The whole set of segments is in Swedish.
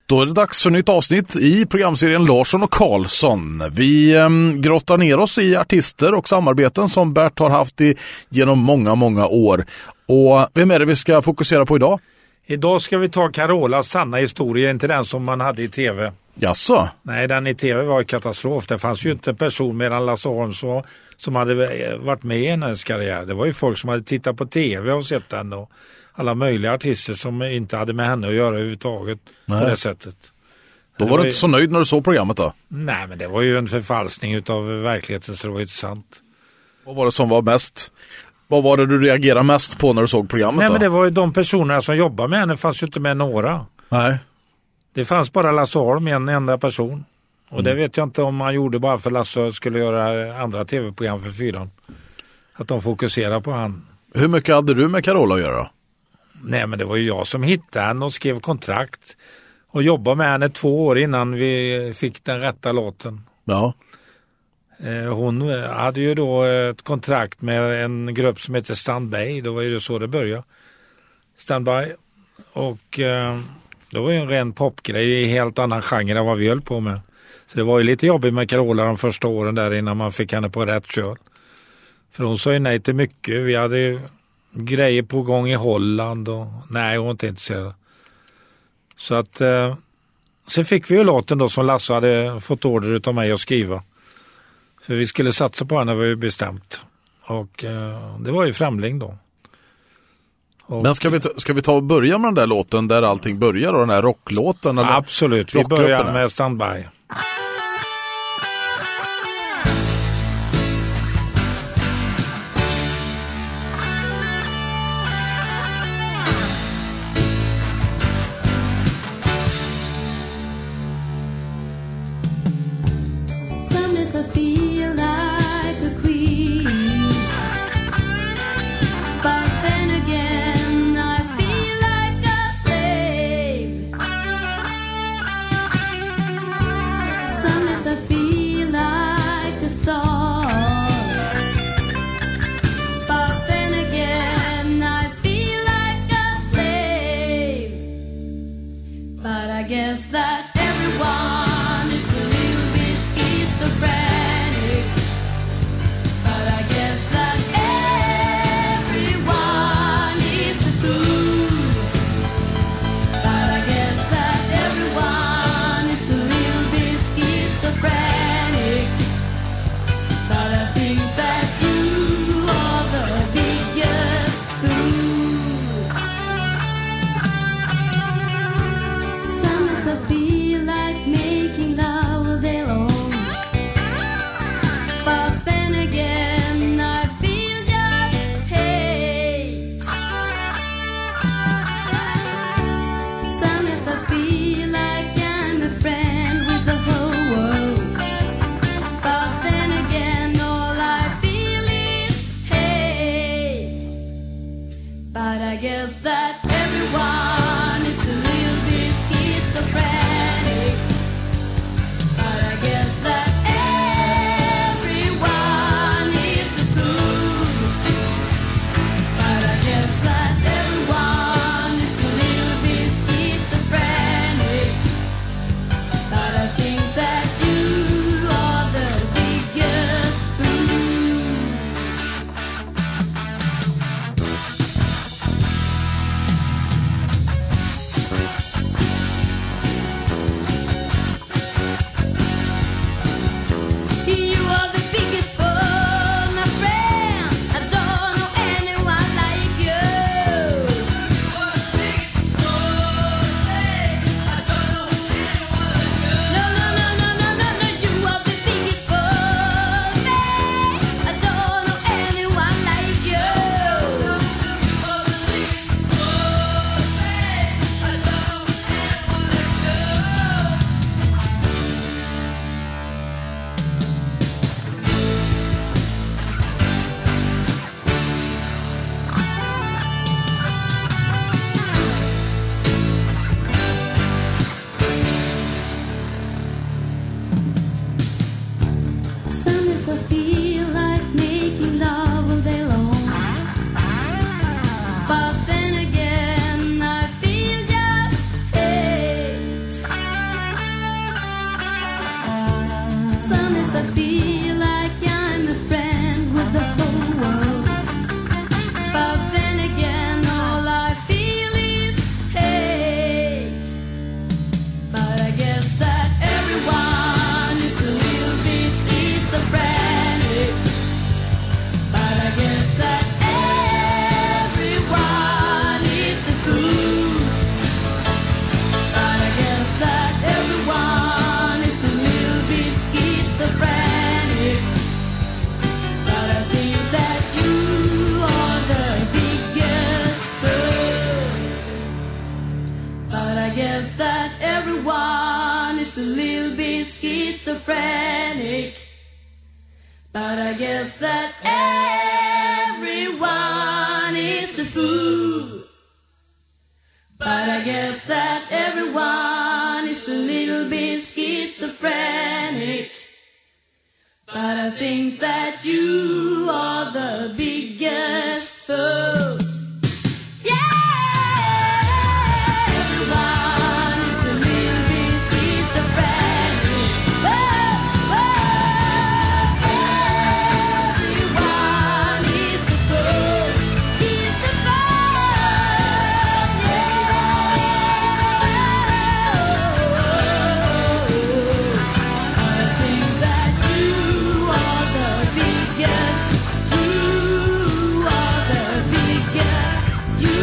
Då är det dags för nytt avsnitt i programserien Larsson och Karlsson. Vi grottar ner oss i artister och samarbeten som Bert har haft genom många år. Och vem är det vi ska fokusera på idag? Idag ska vi ta Carolas sanna historia, inte den som man hade i tv. Jaså? Nej, den i tv var katastrof. Det fanns ju inte en person medan Lasse Holms som hade varit med i hennes karriär. Det var ju folk som hade tittat på tv och sett den och alla möjliga artister som inte hade med henne att göra överhuvudtaget. Nej. På det sättet. Då var du inte så nöjd när du såg programmet då? Nej, men det var ju en förfalskning utav verkligheten, så det var ju inte sant. Vad var det som var mest? Vad var det du reagerade mest på när du såg programmet? Nej, då? Men det var ju de personerna som jobbade med henne, fanns ju inte med några. Nej. Det fanns bara Lasse Holm, en enda person. Och det vet jag inte om man gjorde bara för Lasse skulle göra andra tv-program för Fyran. Att de fokuserar på han. Hur mycket hade du med Carola att göra? Nej, men det var ju jag som hittade henne och skrev kontrakt. Och jobbade med henne 2 år innan vi fick den rätta låten. Ja. Hon hade ju då ett kontrakt med en grupp som heter Standby. Då var ju det så det började. Standby. Och det var ju en ren popgrej i helt annan genre än vad vi höll på med. Så det var ju lite jobbigt med Carola de första åren där innan man fick henne på rätt köl. För hon sa ju nej till mycket. Vi hade ju grejer på gång i Holland och nej, hon var inte intresserad. Så att sen fick vi ju låten då som Lasse hade fått order utav mig att skriva. För vi skulle satsa på henne, var ju bestämt. Och det var ju Främling då. Och, men ska vi ta och börja med den där låten där allting börjar och den här rocklåten? Eller? Absolut, vi börjar med Standby. I feel like I'm a friend with the whole world. But then again, all I feel is hate. But I guess that everyone is a little bit schizophrenic. But I guess that everyone is a fool. But I guess that everyone is a little bit schizophrenic. But I think that you are the biggest fool. But I guess that everyone is a little bit schizophrenic. But I guess that everyone is a fool. But I guess that everyone is a little bit schizophrenic. But I think that you are the biggest fool. Everyone is a little bit schizophrenic. Everyone is a fool. He's a I think that you are the biggest. You are the biggest. You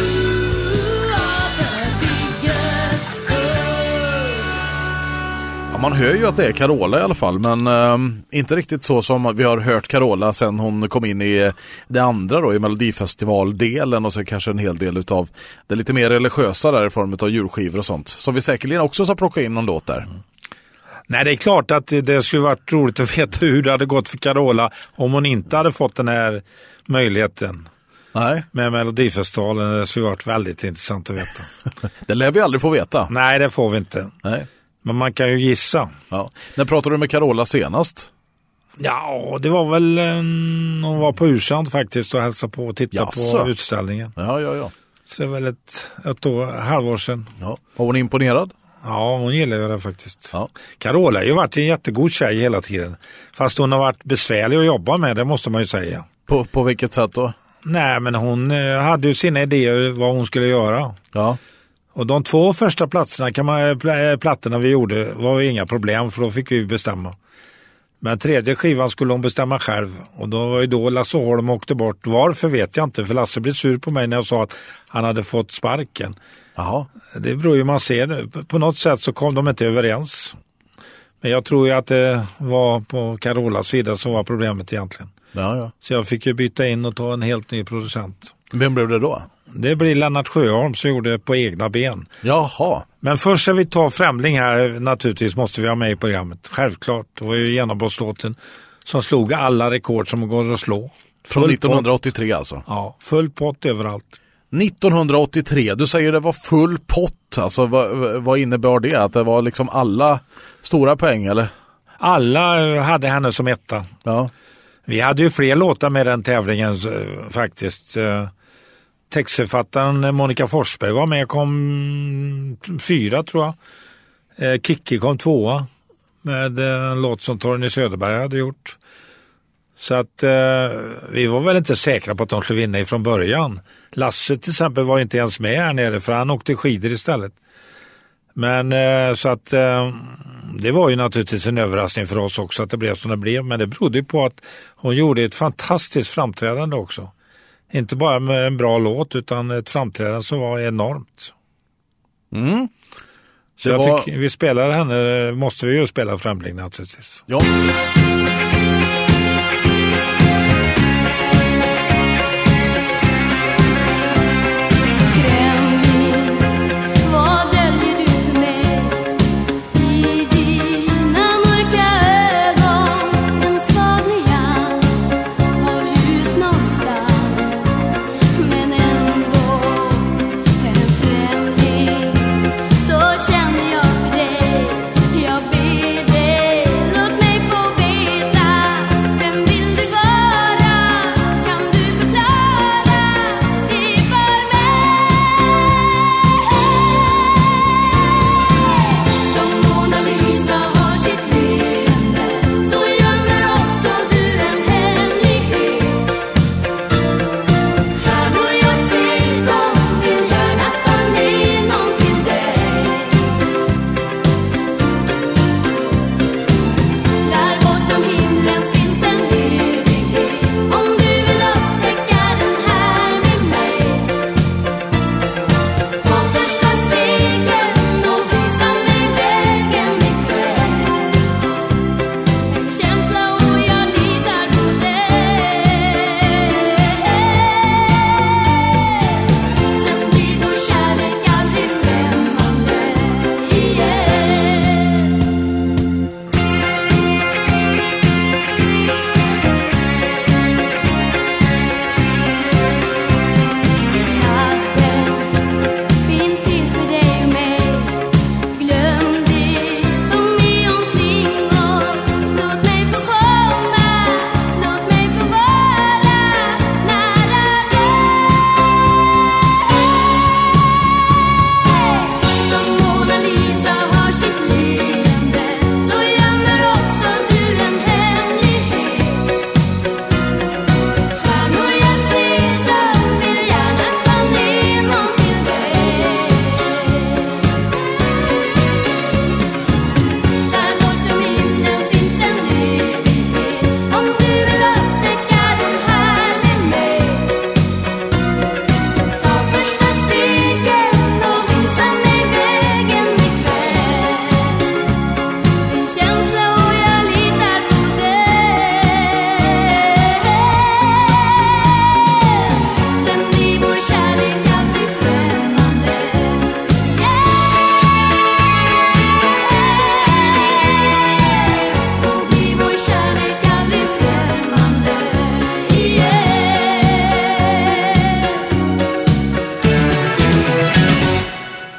are the biggest fool. Ja, man hör ju att det är Carola i alla fall, men inte riktigt så som vi har hört Carola sen hon kom in i det andra då, i Melodifestivaldelen, och så kanske en hel del utav det lite mer religiösa där i form av julskivor och sånt. Så vi säkerligen också ska plocka in någon låt där. Nej, det är klart att det skulle varit roligt att veta hur det hade gått för Carola om hon inte hade fått den här möjligheten. Nej. Med Melodifestivalen. Det skulle varit väldigt intressant att veta. Det lär vi aldrig få veta. Nej, det får vi inte. Nej. Men man kan ju gissa. Ja. När pratade du med Carola senast? Ja, det var väl hon var på Ursand faktiskt och hälsade på och tittade på utställningen. Ja. Så det är väl ett halvår sedan. Ja. Var hon imponerad? Ja, hon gillar ju det faktiskt. Ja. Carola har ju varit en jättegod tjej hela tiden. Fast hon har varit besvärlig att jobba med, det måste man ju säga. På vilket sätt då? Nej, men hon hade ju sina idéer vad hon skulle göra. Ja. Och de 2 första plattorna vi gjorde var ju inga problem, för då fick vi bestämma. Men 3:e skivan skulle hon bestämma själv. Och då var ju då Lasse Holm åkte bort. Varför vet jag inte, för Lasse blev sur på mig när jag sa att han hade fått sparken. Jaha. Det beror ju man ser. På något sätt så kom de inte överens. Men jag tror ju att det var på Carolas sida som var problemet egentligen. Ja. Så jag fick ju byta in och ta en helt ny producent. Vem blev det då? Det blir Lennart Sjöholm som gjorde det på egna ben. Jaha. Men först ska vi ta Främling här, naturligtvis måste vi ha med i programmet. Självklart, det var ju genombrottslåten som slog alla rekord som går att slå. Från 1983 alltså? Ja, full pott överallt. 1983, du säger det var full pott. Alltså vad innebär det? Att det var liksom alla stora poäng eller? Alla hade henne som etta. Ja. Vi hade ju fler låtar med den tävlingen faktiskt. Textförfattaren Monica Forsberg var med, kom 4 tror jag. Kikki kom 2 med en låt som Torgny Söderberg hade gjort. Så att vi var väl inte säkra på att de skulle vinna ifrån början. Lasse till exempel var inte ens med här nere, för han åkte skidor istället. Men så att det var ju naturligtvis en överraskning för oss också att det blev som det blev. Men det berodde ju på att hon gjorde ett fantastiskt framträdande också. Inte bara med en bra låt utan ett framträdande som var enormt. Mm. Så jag tycker vi spelar henne, måste vi ju spela Främling naturligtvis. Ja. Känner jag för dig, jag ber dig, låt mig få veta.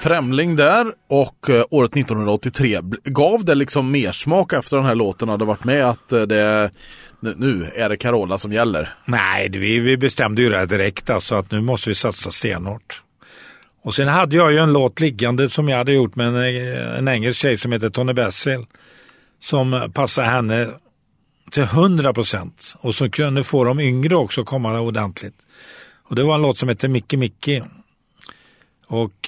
Främling där och året 1983 gav det liksom mer smak efter den här låten hade varit med att nu är det Carola som gäller. Nej, vi bestämde ju det direkt alltså att nu måste vi satsa stenhårt. Och sen hade jag ju en låt liggande som jag hade gjort med en engelsk tjej som heter Tony Basil som passar henne till 100% och som kunde få de yngre också komma ordentligt. Och det var en låt som heter Mickey Mickey. Och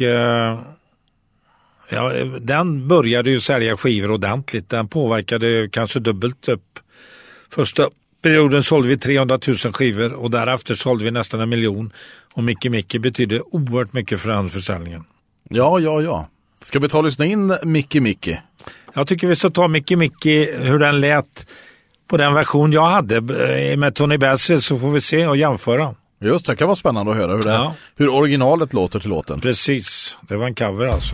den började ju sälja skivor ordentligt. Den påverkade kanske dubbelt upp. Första perioden sålde vi 300 000 skivor och därefter sålde vi nästan 1 miljon. Och Mickey Mickey betydde oerhört mycket för den försäljningen. Ja. Ska vi ta och lyssna in Mickey Mickey? Jag tycker vi ska ta Mickey Mickey, hur den lät på den version jag hade med Tony Basil, så får vi se och jämföra. Just det, kan vara spännande att höra hur originalet låter till låten. Precis, det var en cover alltså.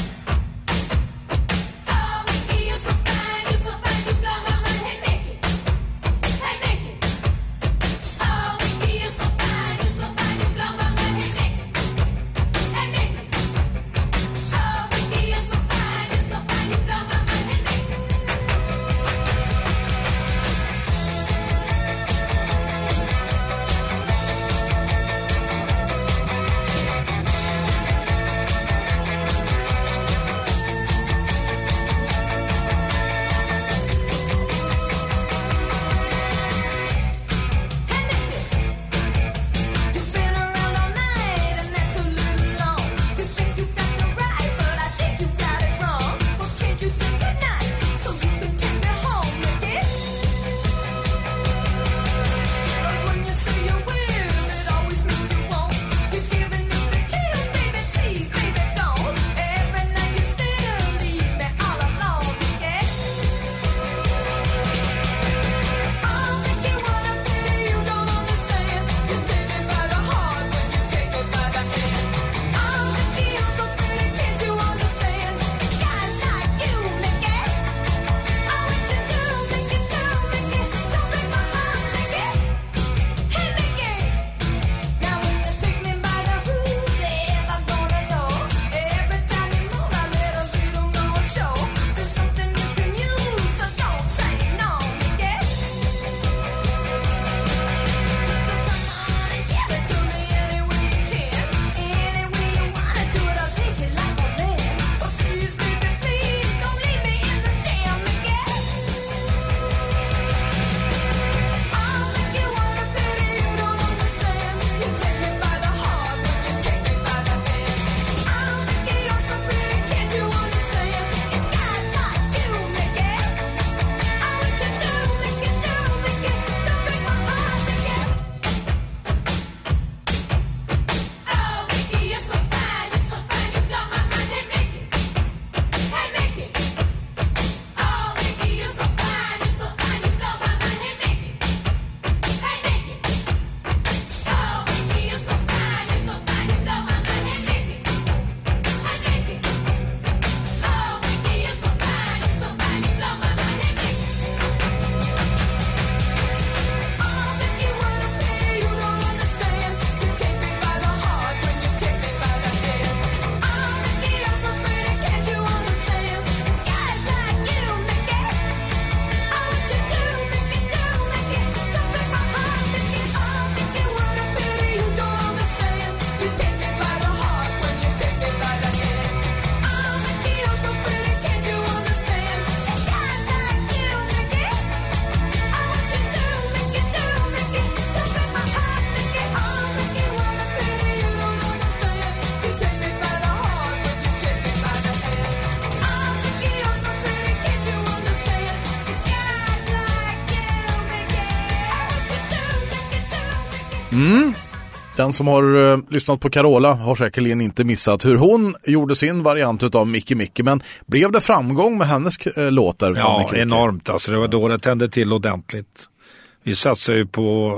Den som har lyssnat på Carola har säkerligen inte missat hur hon gjorde sin variant av Mickey Mickey. Men blev det framgång med hennes låtar? Ja, enormt. Alltså, det var då det tände till ordentligt. Vi satsade ju på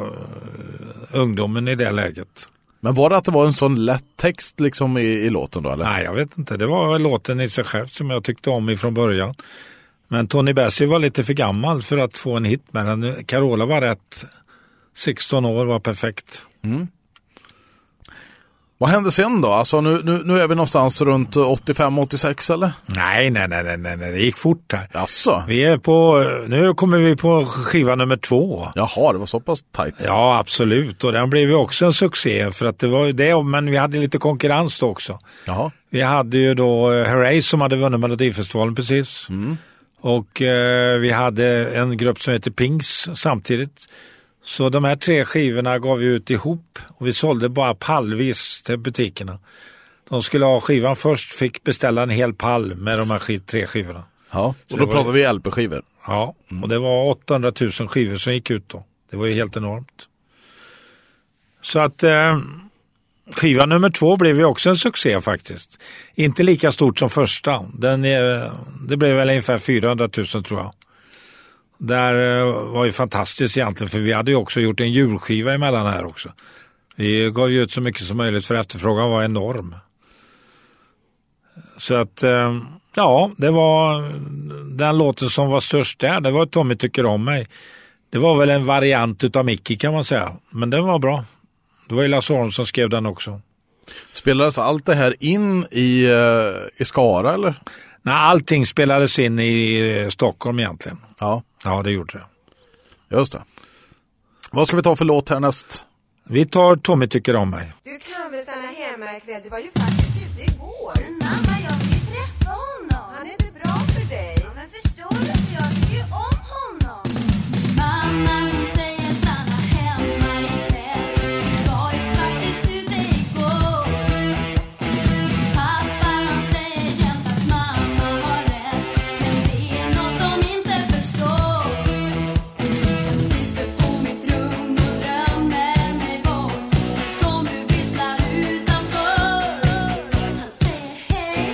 ungdomen i det läget. Men var det att det var en sån lätt text liksom i låten då? Eller? Nej, jag vet inte. Det var låten i sig själv som jag tyckte om ifrån början. Men Tony Basil var lite för gammal för att få en hit med den. Carola var rätt. 16 år var perfekt. Mm. Vad hände sen då? Alltså nu är vi någonstans runt 85-86 eller? Nej, det gick fort här. Jaså? Nu kommer vi på skiva nummer 2. Jaha, det var så pass tajt. Ja, absolut. Och den blev ju också en succé för att det var ju det, men vi hade lite konkurrens då också. Jaha. Vi hade ju då Herreys som hade vunnit Melodifestivalen precis. Och vi hade en grupp som heter Pings samtidigt. Så de här 3 skivorna gav vi ut ihop och vi sålde bara pallvis till butikerna. De skulle ha skivan först, fick beställa en hel pall med de här 3 skivorna. Ja, och då pratar vi LP-skivor. Ja, och det var 800 000 skivor som gick ut då. Det var ju helt enormt. Så att skiva nummer 2 blev ju också en succé faktiskt. Inte lika stort som första. Det blev väl ungefär 400 000 tror jag. Där var ju fantastiskt egentligen, för vi hade ju också gjort en julskiva emellan här också. Vi gav ju ut så mycket som möjligt för efterfrågan var enorm. Så att ja, det var den låten som var störst där. Det var Tommy tycker om mig. Det var väl en variant utav Mickey kan man säga. Men den var bra. Det var ju Lasse Holm som skrev den också. Spelades allt det här in i Skara eller? Nej, allting spelades in i Stockholm egentligen. Ja. Ja, det gjorde det. Just det. Vad ska vi ta för låt härnäst? Vi tar Tommy tycker om mig. Du kan väl stanna hemma ikväll? Du var ju faktiskt ute igår. Men mamma, jag vill ju träffa honom. Han är väl bra för dig? Ja, men förstår du inte? Jag tycker ju om honom. Mamma, hon säger stanna hemma ikväll. Du var ju faktiskt ute igår. Pappa, han säger jämt att mamma har rätt. Men det är något de inte förstår. Jag sitter på mitt rum och drömmer mig bort. Tommy visslar utanför. Han säger hej.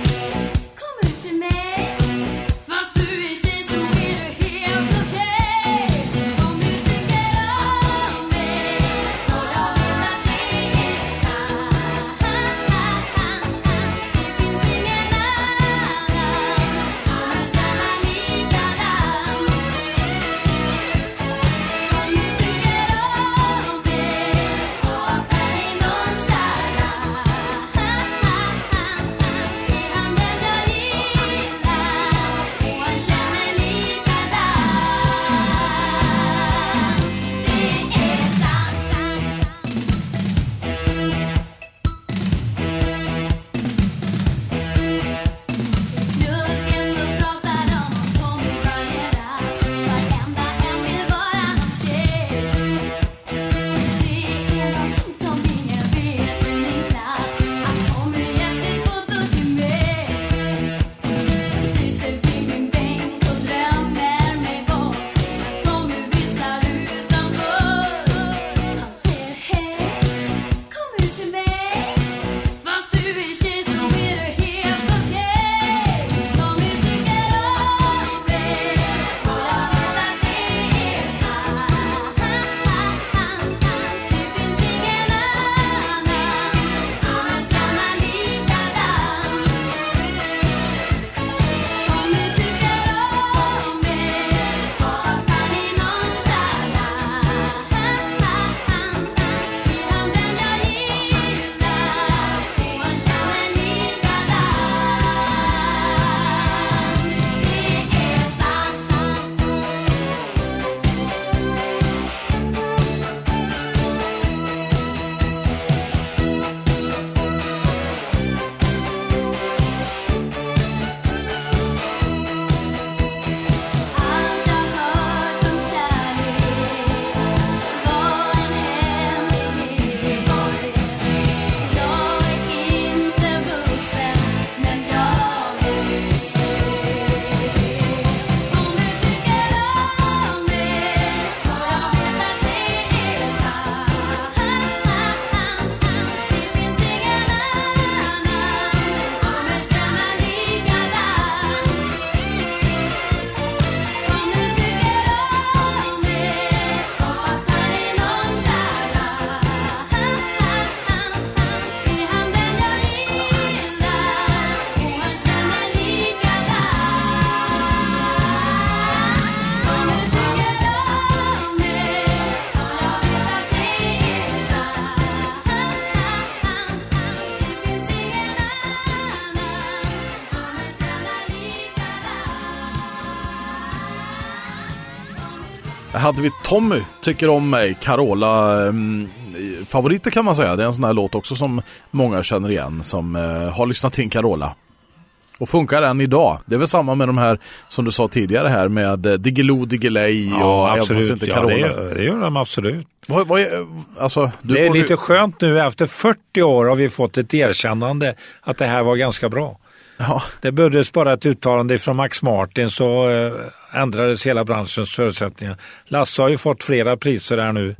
hade vi Tommy tycker om mig, Carola, favoriter kan man säga. Det är en sån här låt också som många känner igen som har lyssnat till Carola. Och funkar än idag. Det är väl samma med de här som du sa tidigare här med Diggiloo, Diggiley och absolut. inte Carola. Ja, det gör de absolut. Vad är, alltså, Det är lite skönt nu, efter 40 år har vi fått ett erkännande att det här var ganska bra. Ja. Det behövdes bara ett uttalande från Max Martin så ändrades hela branschens förutsättningar. Lasse har ju fått flera priser där nu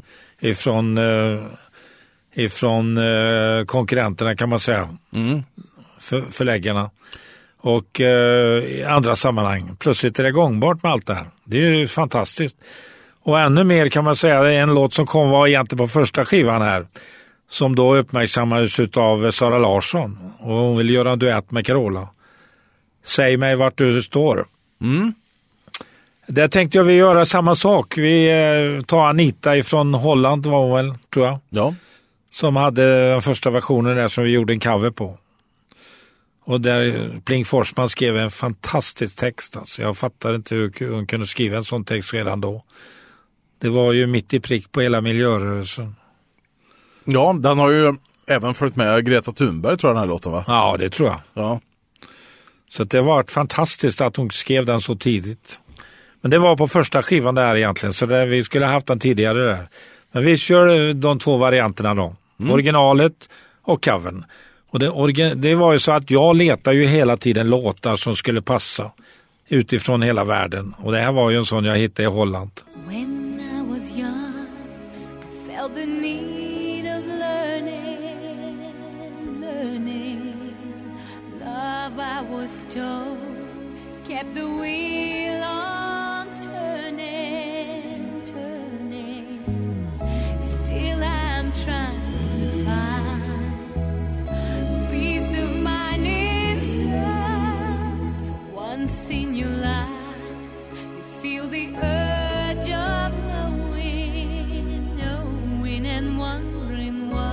ifrån konkurrenterna kan man säga. Förläggarna. Och i andra sammanhang. Plötsligt är det gångbart med allt det här. Det är ju fantastiskt. Och ännu mer kan man säga, det är en låt som var egentligen på första skivan här. Som då uppmärksammades av Sara Larsson. Och hon vill göra en duett med Carola. Säg mig vart du står. Där tänkte jag vi göra samma sak. Vi tar Anita ifrån Holland var hon väl, tror jag. Ja. Som hade den första versionen där som vi gjorde en cover på. Och där Pling Forsman skrev en fantastisk text. Alltså. Jag fattar inte hur hon kunde skriva en sån text redan då. Det var ju mitt i prick på hela miljörörelsen. Ja, den har ju även följt med Greta Thunberg tror jag den här låten va? Ja, det tror jag. Ja. Så det var fantastiskt att hon skrev den så tidigt. Men det var på första skivan där egentligen. Så där vi skulle ha haft den tidigare där. Men vi kör de två varianterna då. Originalet och covern. Och det var ju så att jag letade ju hela tiden låtar som skulle passa utifrån hela världen. Och det här var ju en sån jag hittade i Holland. When I was young, I felt the need of learning. Love, I was told, kept the wheel on turning. Still I'm trying to find peace of mind inside. For once in your life, you feel the urge of knowing and wondering why.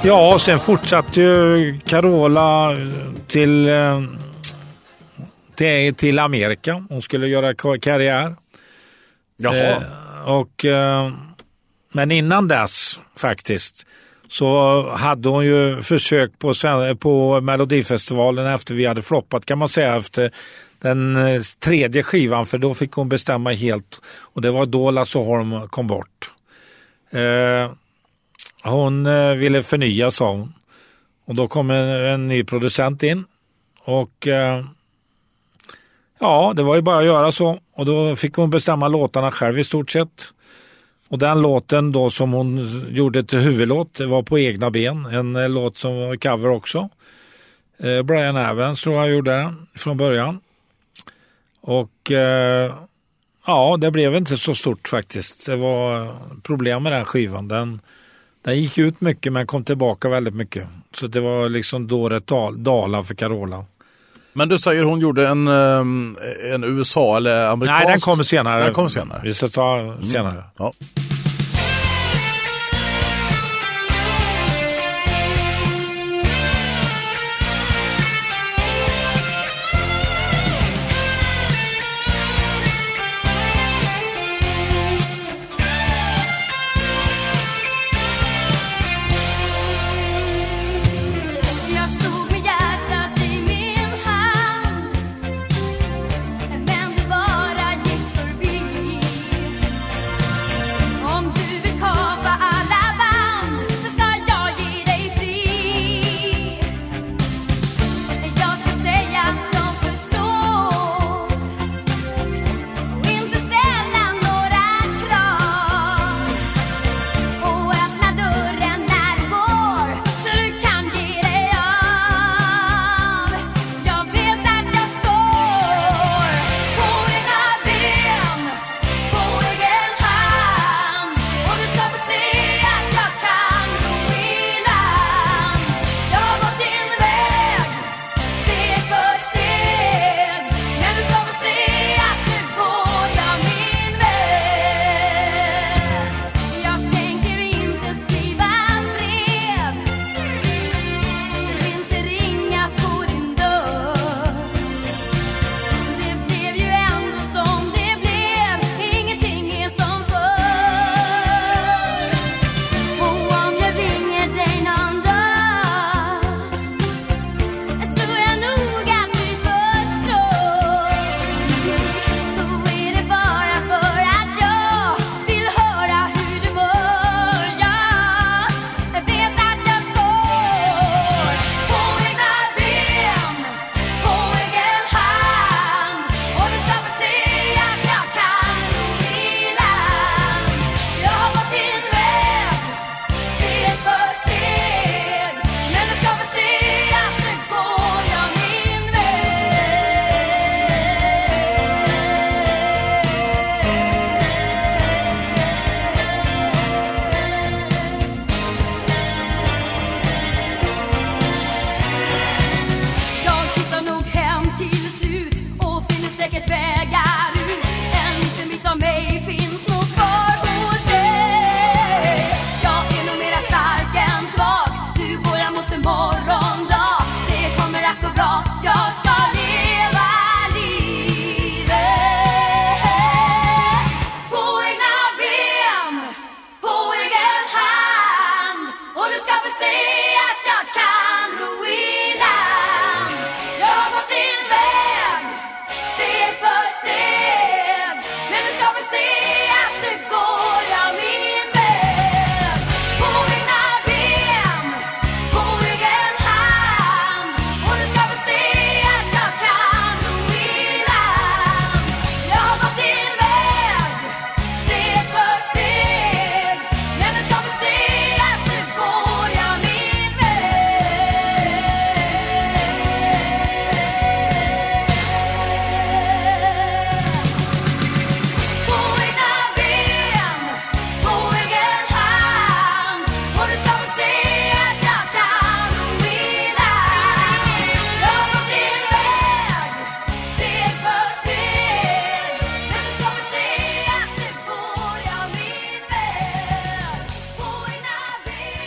Ja, och sen fortsatte ju Carola till Amerika. Hon skulle göra karriär. Jaha. Men innan dess faktiskt så hade hon ju försök på Melodifestivalen efter vi hade floppat, kan man säga, efter den tredje skivan, för då fick hon bestämma helt, och det var då Lasse Holm kom bort. Hon ville förnya, sa hon, och då kom en ny producent in, och ja, det var ju bara att göra så, och då fick hon bestämma låtarna själv i stort sett. Och den låten då som hon gjorde till huvudlåt var På egna ben, en låt som var cover också. Brian Evans tror jag gjorde den från början. Och ja, det blev inte så stort faktiskt. Det var problem med den skivan. Den gick ut mycket men kom tillbaka väldigt mycket. Så det var liksom då det dala för Carola. Men du säger hon gjorde en USA eller amerikansk? Nej, den kom senare. Den kom senare. Vi ska ta senare. Ja. Jag stod med hjärtat i min hand, men det bara gick förbi.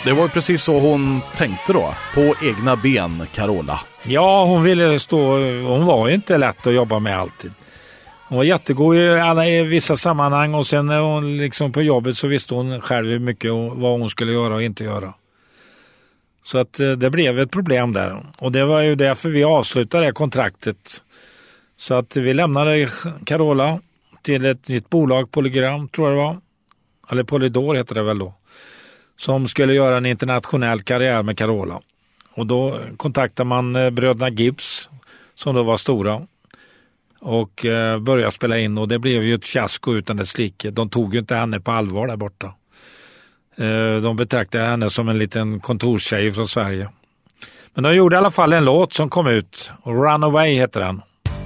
Det var ju precis så hon tänkte då. På egna ben, Carola. Ja, hon ville stå... Hon var ju inte lätt att jobba med alltid. Hon var jättegod i vissa sammanhang och sen när hon liksom på jobbet så visste hon själv hur mycket vad hon skulle göra och inte göra. Så att det blev ett problem där. Och det var ju därför vi avslutade det kontraktet. Så att vi lämnade Carola till ett nytt bolag, Polygram tror jag det var. Eller Polydor heter det väl då. Som skulle göra en internationell karriär med Carola. Och då kontaktade man bröderna Gibbs som då var stora. Och började spela in och det blev ju ett fiasko utan dess like. De tog ju inte henne på allvar där borta. De betraktade henne som en liten kontorstjej från Sverige. Men de gjorde i alla fall en låt som kom ut. Runaway heter den.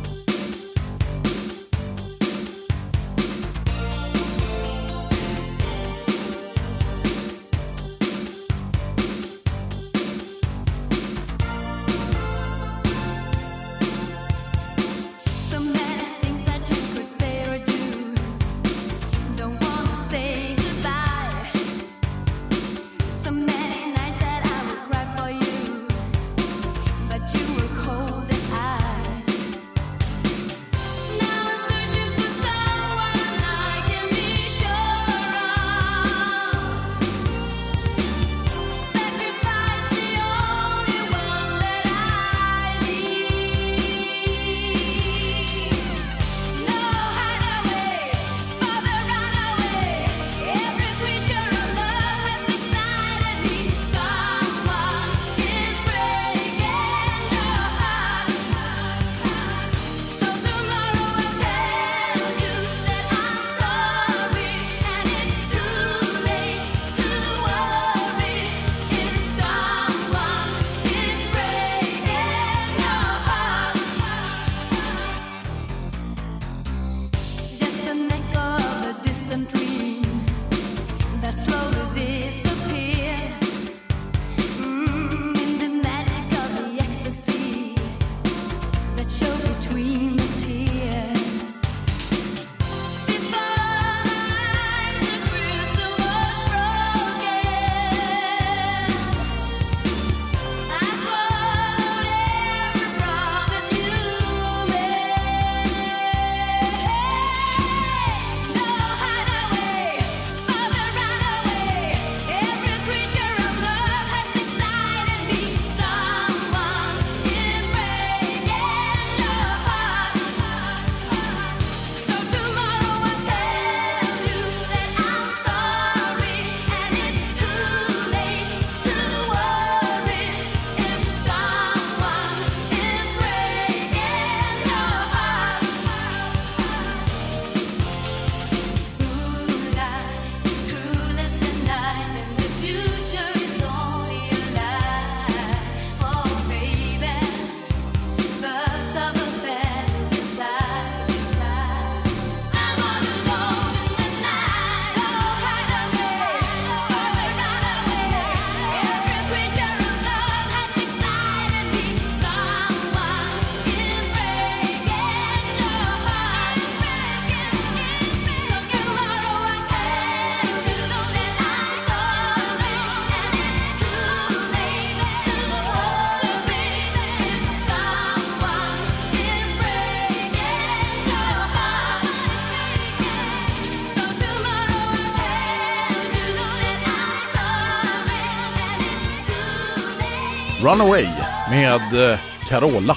Runaway med Carola.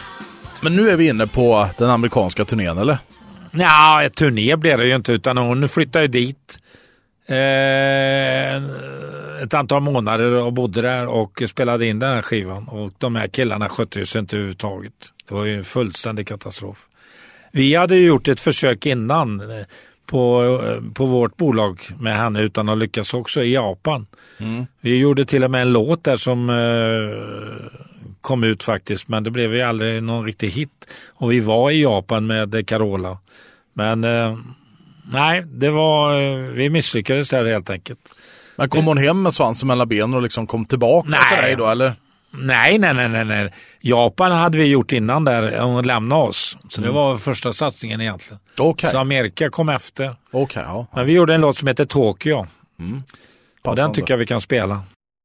Men nu är vi inne på den amerikanska turnén, eller? Ja, ett turné blev det ju inte utan hon flyttade ju dit ett antal månader och bodde där och spelade in den här skivan. Och de här killarna skötte sig inte överhuvudtaget. Det var ju en fullständig katastrof. Vi hade ju gjort ett försök innan på vårt bolag med henne utan att lyckas också i Japan. Mm. Vi gjorde till och med en låt där som kom ut faktiskt, men det blev ju aldrig någon riktig hit. Och vi var i Japan med Carola. Men nej, vi misslyckades där helt enkelt. Men kom hon hem med svansen mellan benen och liksom kom tillbaka till dig då, eller? Nej. Japan hade vi gjort innan där hon lämnade oss. Så det var första satsningen egentligen. Okay. Så Amerika kom efter. Okay, ja. Men vi gjorde en låt som heter Tokyo. Och den tycker jag vi kan spela.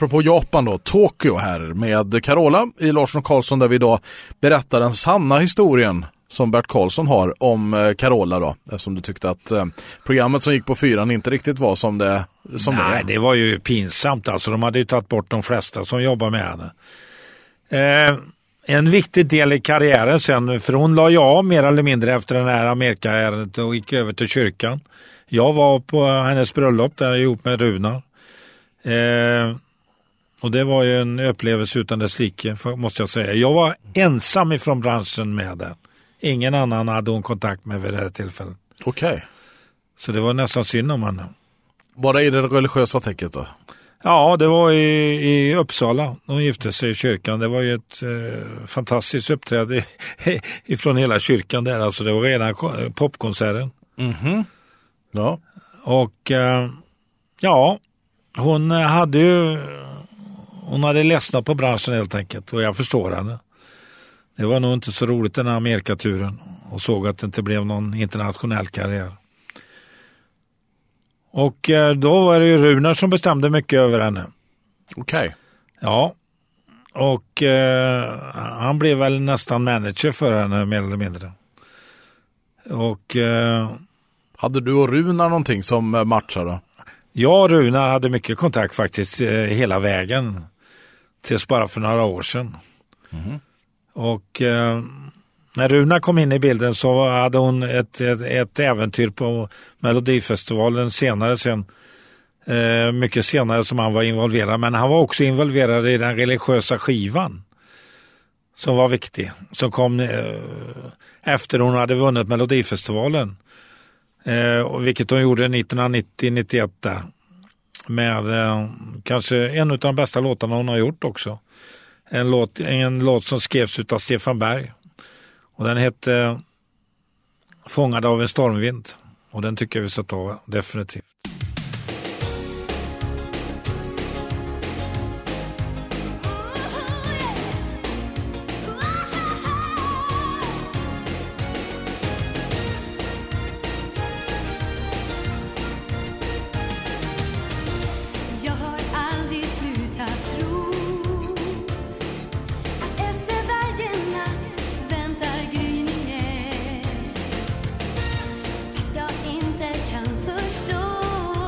apropå Japan då, Tokyo här med Carola i Larsson och Karlsson, där vi idag berättar den sanna historien som Bert Karlsson har om Carola då, eftersom du tyckte att programmet som gick på 4 inte riktigt var som det Nej, det var ju pinsamt alltså. De hade ju tagit bort de flesta som jobbar med henne. En viktig del i karriären sen, för hon la jag mer eller mindre efter den här Amerikaärendet och gick över till kyrkan. Jag var på hennes bröllop där ihop med Runar. Och det var ju en upplevelse utan dess like, måste jag säga. Jag var ensam ifrån branschen med det. Ingen annan hade hon kontakt med vid det här tillfället. Okej. Så det var nästan synd om henne. Var det i det religiösa täcket då? Ja, det var i Uppsala. De gifte sig i kyrkan. Det var ju ett fantastiskt uppträde ifrån hela kyrkan där. Alltså det var redan popkonserten. Mhm. Ja. Och ja, hon hade ledsnat på branschen helt enkelt. Och jag förstår henne. Det var nog inte så roligt den här Amerikaturen. Och såg att det inte blev någon internationell karriär. Och då var det ju Runar som bestämde mycket över henne. Okej. Ja. Och han blev väl nästan manager för henne mer eller mindre. Och hade du och Runar någonting som matchade? jag och Runar hade mycket kontakt faktiskt hela vägen. Tills bara för några år sedan. Mhm. Och när Runar kom in i bilden så hade hon ett äventyr på Melodifestivalen senare sen. Mycket senare som han var involverad. Men han var också involverad i den religiösa skivan. Som var viktig. Som kom efter hon hade vunnit Melodifestivalen. Och vilket hon gjorde 1990-91 där. Med kanske en av de bästa låtarna hon har gjort också. En låt som skrevs av Stefan Berg. Och den hette Fångad av en stormvind. Och den tycker jag vi ska ta definitivt. Jag har aldrig slutat tro att efter varje natt väntar gryningen. Fast jag inte kan förstå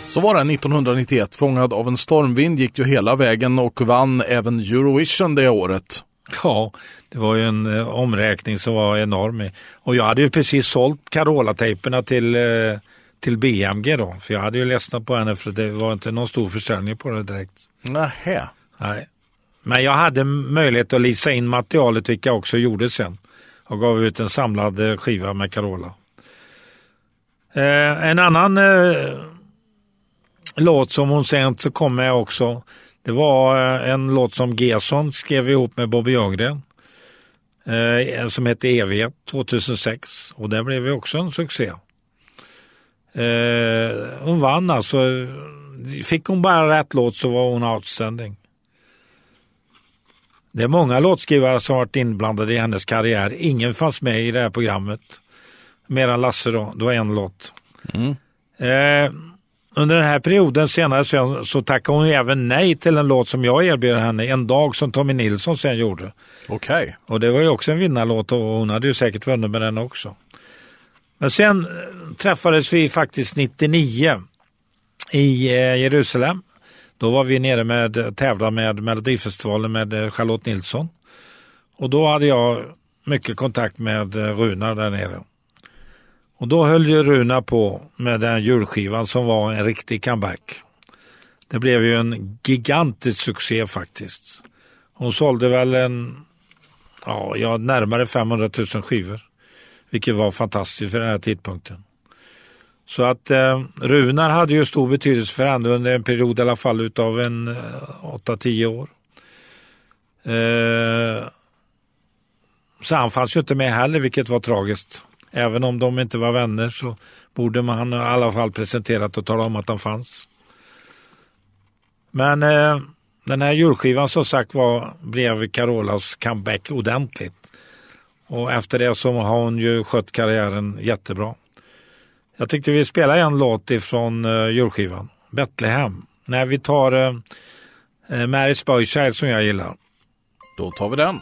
Så var det 1991, fångad av en stormvind, gick ju hela vägen och vann även Eurovision det året. Ja, det var ju en omräkning som var enorm. Och jag hade ju precis sålt Carola-tejperna till BMG då. För jag hade ju ledsnat på henne för det var inte någon stor försäljning på det direkt. Nähä. Nej. Men jag hade möjlighet att lisa in materialet, vilket jag också gjorde sen. Och gav ut en samlad skiva med Carola. En annan låt som hon sen så kom med också. Det var en låt som Gesson skrev ihop med Bobby Ljunggren. Som hette Evighet 2006. Och det blev ju också en succé. Hon vann alltså. Fick hon bara rätt låt så var hon outstanding. Det är många låtskrivare som varit inblandade i hennes karriär. Ingen fanns med i det här programmet. Mer än Lasse då. Det var en låt. Under den här perioden senare så tackade hon ju även nej till en låt som jag erbjöd henne. En dag som Tommy Nilsson sen gjorde. Okej. Och det var ju också en vinnarlåt och hon hade ju säkert vunnit med den också. Men sen träffades vi faktiskt 99 i Jerusalem. Då var vi nere med tävla med Melodifestivalen med Charlotte Nilsson. Och då hade jag mycket kontakt med Runar där nere. Och då höll ju Runar på med den julskivan som var en riktig comeback. Det blev ju en gigantisk succé faktiskt. Hon sålde väl närmare 500 000 skivor. Vilket var fantastiskt för den här tidpunkten. Så att Runar hade ju stor betydelse för henne under en period i alla fall utav en 8-10 år. Så han fanns ju inte med heller, vilket var tragiskt. Även om de inte var vänner så borde man i alla fall presenterat och tala om att han fanns. Men den här julskivan som sagt blev Carolas comeback ordentligt. Och efter det så har hon ju skött karriären jättebra. Jag tyckte vi spelar en låt ifrån julskivan. Bethlehem. När vi tar Mary's Boy Child som jag gillar. Då tar vi den.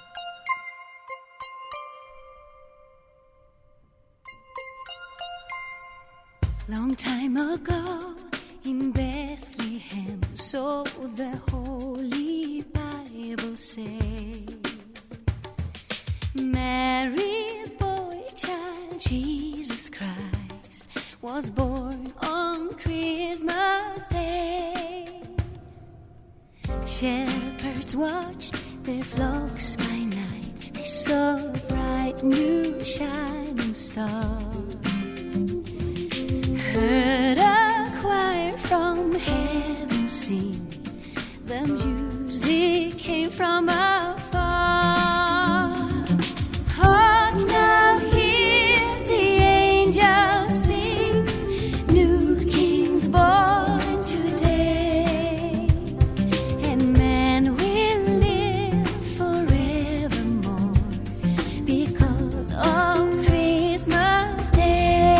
Long time ago in Bethlehem, so the Holy Bible say, Mary's boy child, Jesus Christ, was born on Christmas Day. Shepherds watched their flocks by night, they saw a bright new shining star. Heard a choir from heaven sing, the music came from afar. Hark now, hear the angels sing, new king's born today, and man will live forevermore because of Christmas Day.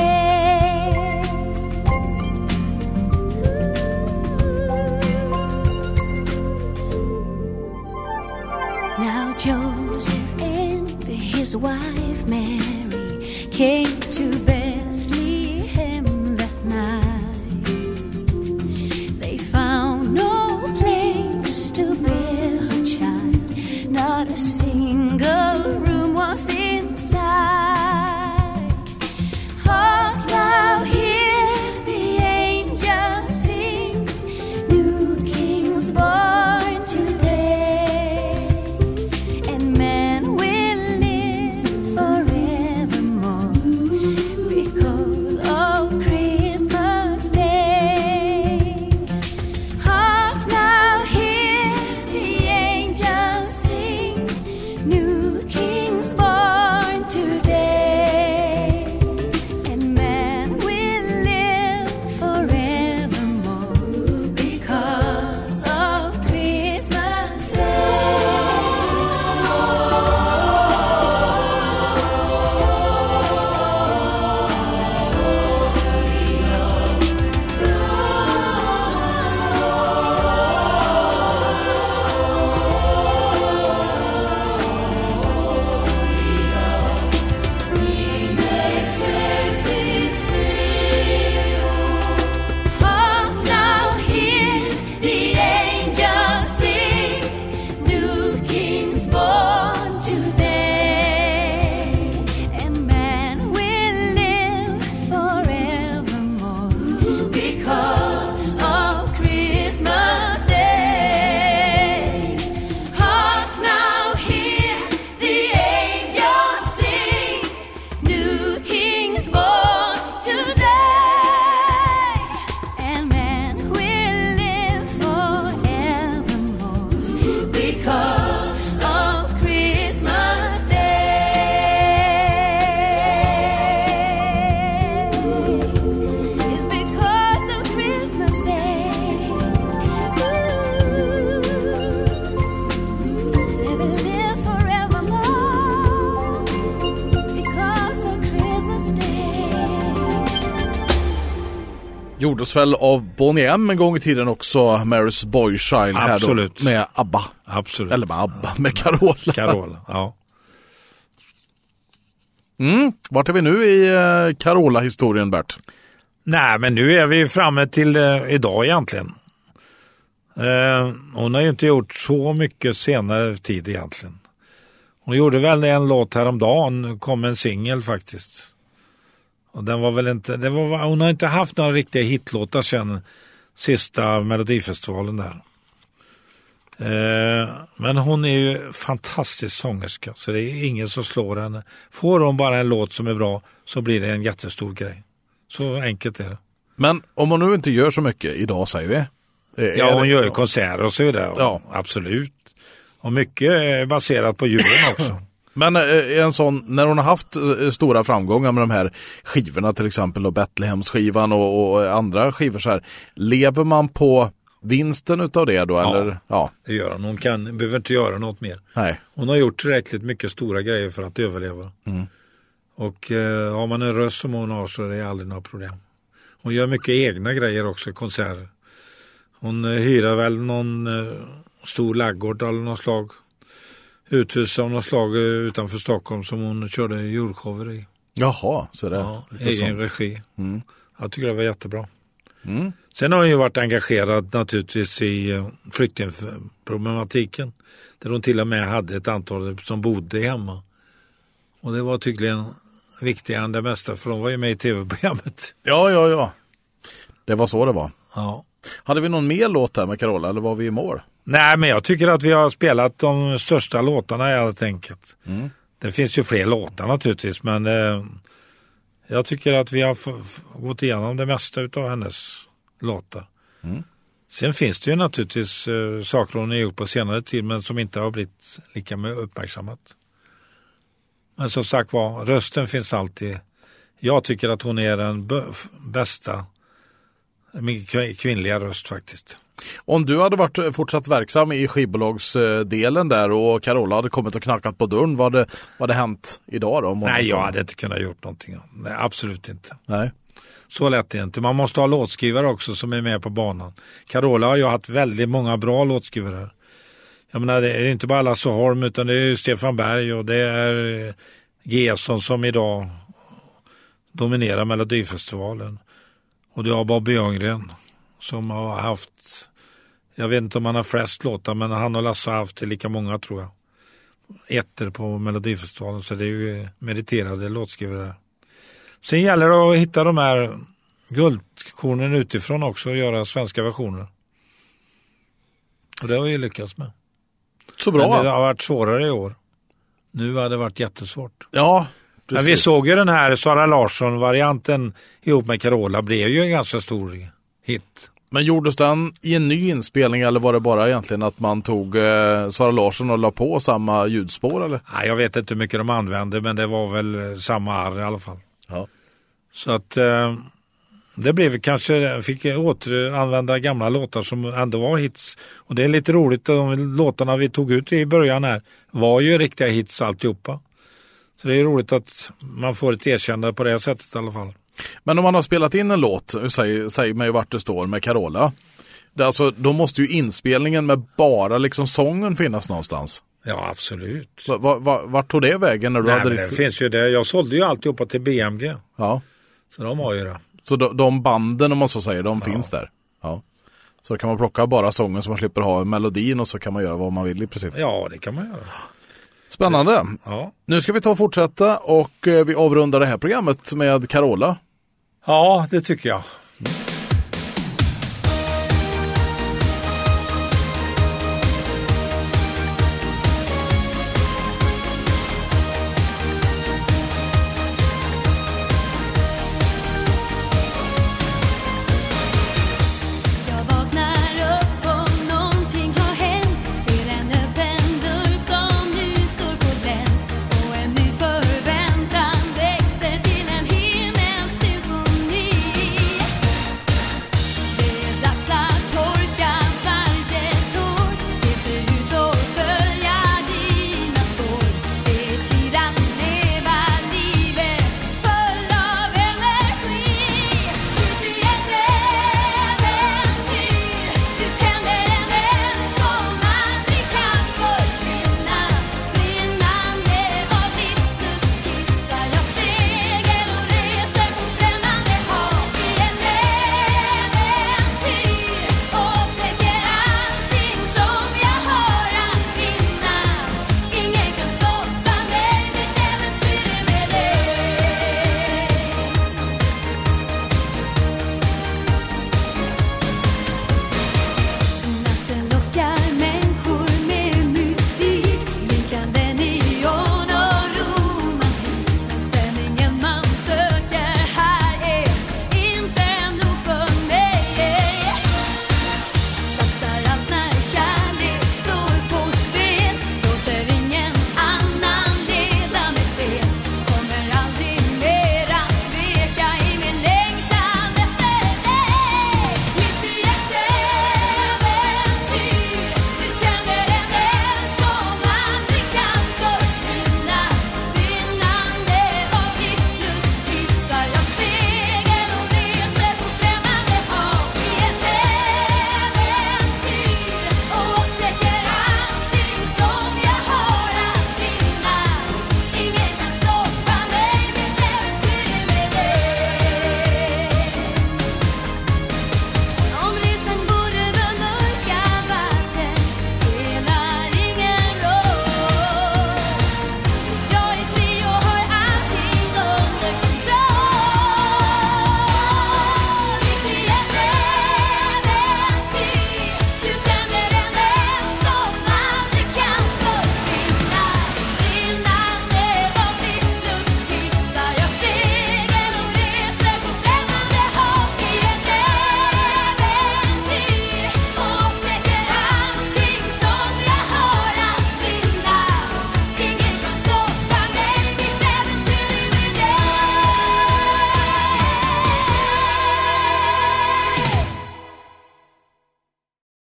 Now Joseph and his wife Mary came to Bethlehem that night. They found no place to bear her child, not a single room was inside. Hark now, hear the angels sing, new king's born today, and man will live forevermore Gjordes väl av Boney M en gång i tiden också, Mary's Boy Child här Absolut. då, med ABBA. Absolut. Eller med ABBA, med Carola. Carola, ja. Vart är vi nu i Carola-historien, Bert? Nej, men nu är vi framme till idag egentligen. Hon har ju inte gjort så mycket senare tid egentligen. Hon gjorde väl en låt häromdagen, kom en singel faktiskt. Och den var väl inte, hon har inte haft några riktiga hitlåtar sedan sista Melodifestivalen där. Men hon är ju fantastisk sångerska, så det är ingen som slår henne. Får hon bara en låt som är bra så blir det en jättestor grej. Så enkelt är det. Men om hon nu inte gör så mycket idag, säger vi. Ja, hon gör ju konserter och så vidare. Ja. Absolut. Och mycket är baserat på djuren också. Men en sån, när hon har haft stora framgångar med de här skivorna, till exempel och Betlehemsskivan och andra skivor så här, lever man på vinsten utav det då? Ja, eller? Ja, det gör hon. Hon behöver inte göra något mer. nej. Hon har gjort tillräckligt mycket stora grejer för att överleva. Och har man en röst som hon har så är det aldrig några problem. Hon gör mycket egna grejer också, konserter. Hon hyrar väl någon stor laggård eller någon slag. Uthus av något slag utanför Stockholm som hon körde julshower i. Jaha, så det. Ja, lite egen så. regi. Jag tycker det var jättebra. Mm. Sen har hon ju varit engagerad naturligtvis i flyktingproblematiken. Där hon till och med hade ett antal som bodde hemma. Och det var tydligen viktigare än det mesta, för de var ju med i tv-programmet. Ja. Det var så det var. Ja. Hade vi någon mer låt här med Carola, eller var vi i mål? Nej, men jag tycker att vi har spelat de största låtarna helt enkelt. Det finns ju fler låtar naturligtvis, men jag tycker att vi har gått igenom det mesta utav hennes låtar. Sen finns det ju naturligtvis saker hon har gjort på senare tid, men som inte har blivit lika uppmärksammat. Men som sagt var, rösten finns alltid. Jag tycker att hon är den bästa kvinnliga röst faktiskt. Om du hade varit fortsatt verksam i skivbolagsdelen där och Carola hade kommit och knackat på dörren, vad hade hänt idag då? Nej, jag hade inte kunnat gjort någonting. Nej, absolut inte. Nej. Så lätt är det inte. Man måste ha låtskrivare också som är med på banan. Carola har ju haft väldigt många bra låtskrivare. Jag menar, det är inte bara Lasse Holm, utan det är Stefan Berg och det är Gesson som idag dominerar Melodifestivalen. Och det har Bob Björngren som har haft, jag vet inte om han har flest låtar, men han och Lasse har haft lika många tror jag. Ettor på Melodifestivalen, så det är ju meriterade låtskrivare. Sen gäller det att hitta de här guldkornen utifrån också och göra svenska versioner. Och det har vi lyckats med. Så bra. Men det har varit svårare i år. Nu har det varit jättesvårt. Ja, precis. Men vi såg ju den här Sara Larsson-varianten ihop med Carola, blev ju en ganska stor hit. Men gjordes den i en ny inspelning eller var det bara egentligen att man tog Sara Larsson och la på samma ljudspår eller? Nej, jag vet inte hur mycket de använde, men det var väl samma arr i alla fall. Ja. Så att det blev kanske, fick återanvända gamla låtar som ändå var hits. Och det är lite roligt, de låtarna vi tog ut i början här var ju riktiga hits alltihopa. Så det är roligt att man får ett erkännande på det sättet i alla fall. Men om man har spelat in en låt, säg mig vart det står med Carola. Alltså, då måste ju inspelningen med bara liksom sången finnas någonstans. Ja, absolut. Vart tog det vägen när du hade det finns ju det. Jag sålde ju alltihopa till BMG. Ja. Så de har ju det. Så de banden, om man så säger, de finns där. Ja. Så kan man plocka bara sången så man slipper ha melodin och så kan man göra vad man vill i princip. Ja, det kan man göra. Spännande. Ja. Nu ska vi ta och fortsätta och vi avrundar det här programmet med Carola. Ja, det tycker jag.